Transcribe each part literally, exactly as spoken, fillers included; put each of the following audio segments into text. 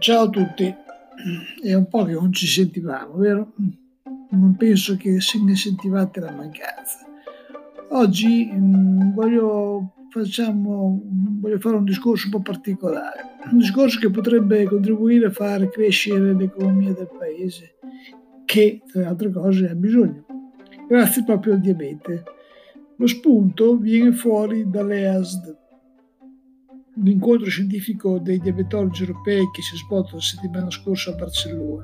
Ciao a tutti, è un po' che non ci sentivamo, vero? Non penso che se ne sentivate la mancanza. Oggi mh, voglio, facciamo, voglio fare un discorso un po' particolare, un discorso che potrebbe contribuire a far crescere l'economia del paese, che tra le altre cose ha bisogno, grazie proprio al diabete. Lo spunto viene fuori dalle A S D, l'incontro scientifico dei diabetologi europei che si è svolto la settimana scorsa a Barcellona.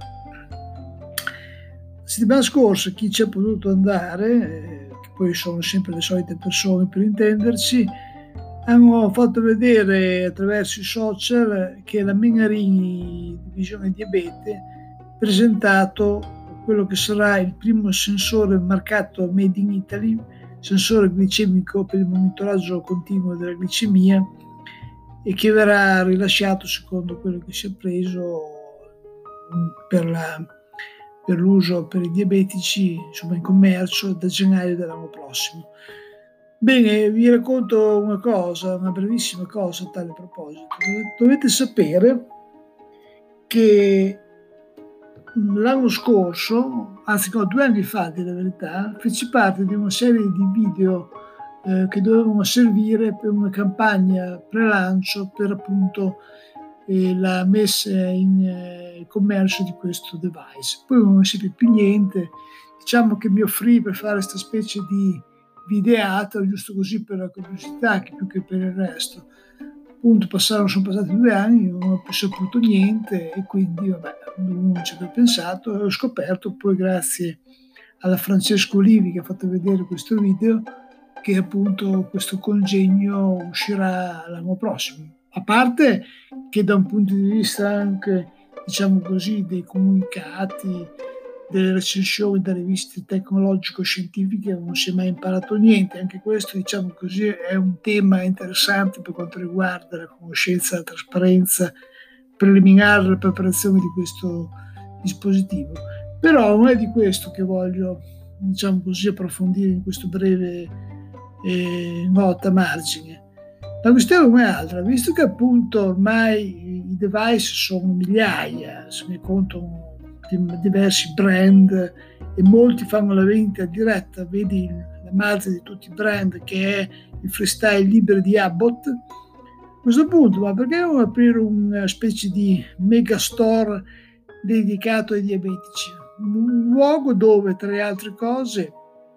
La settimana scorsa chi ci è potuto andare, eh, che poi sono sempre le solite persone per intenderci, hanno fatto vedere attraverso i social che la Menarini Divisione Diabete ha presentato quello che sarà il primo sensore marcato Made in Italy, sensore glicemico per il monitoraggio continuo della glicemia, e che verrà rilasciato, secondo quello che si è preso, per, la, per l'uso per i diabetici, insomma, in commercio da gennaio dell'anno prossimo. Bene, vi racconto una cosa, una brevissima cosa a tale proposito. Dovete sapere che l'anno scorso, anzi no, due anni fa, di la verità, feci parte di una serie di video eh, che dovevano servire per una campagna pre-lancio per appunto eh, la messa in eh, commercio di questo device. Poi non si sapeva più niente, diciamo che mi offrì per fare questa specie di videato, giusto così per la curiosità, che più che per il resto. Appunto passarono, sono passati due anni, non ho più saputo niente e quindi vabbè, non ci avevo pensato e ho scoperto poi grazie alla Francesco Olivi che ha fatto vedere questo video che appunto questo congegno uscirà l'anno prossimo. A parte che da un punto di vista anche, diciamo così, dei comunicati, delle recensioni da riviste tecnologico-scientifiche non si è mai imparato niente. Anche questo, diciamo così, è un tema interessante per quanto riguarda la conoscenza, la trasparenza preliminare, la preparazione di questo dispositivo. Però non è di questo che voglio, diciamo così, approfondire in questo breve eh, nota a margine. La questione non è altra, visto che appunto ormai i device sono migliaia, se ne contano diversi brand e molti fanno la vendita diretta, vedi la madre di tutti i brand che è il Freestyle Libre di Abbott. A questo punto, ma perché non aprire una specie di mega store dedicato ai diabetici? Un luogo dove, tra le altre cose,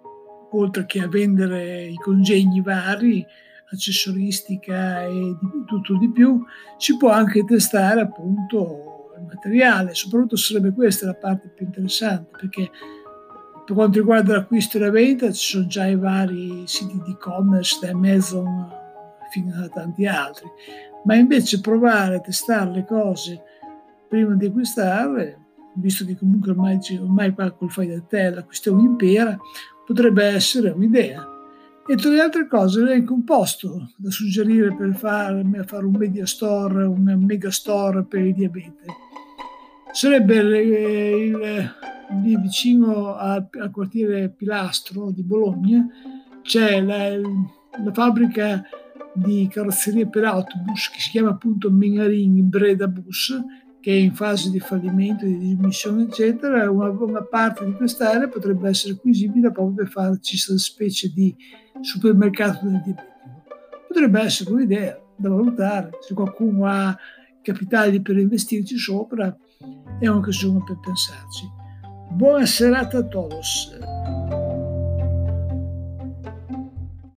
oltre che a vendere i congegni vari, accessoristica e di tutto di più, si può anche testare appunto il materiale. Soprattutto sarebbe questa la parte più interessante, perché per quanto riguarda l'acquisto e la vendita ci sono già i vari siti di e-commerce da Amazon fino a tanti altri, ma invece provare a testare le cose prima di acquistarle, visto che comunque ormai, ormai qua col fai da te la questione impera, potrebbe essere un'idea. E tra le altre cose è anche un posto da suggerire per fare, fare un media store, un mega store per il diabete. Sarebbe il, il, lì vicino al, al quartiere Pilastro di Bologna, c'è la, la fabbrica di carrozzerie per autobus che si chiama appunto Menarini Breda Bus, che è in fase di fallimento, di dismissione, eccetera. Una, una parte di quest'area potrebbe essere acquisibile proprio per farci questa specie di supermercato del diabetico. Potrebbe essere un'idea da valutare, se qualcuno ha capitali per investirci sopra, è un'occasione per pensarci. Buona serata a todos.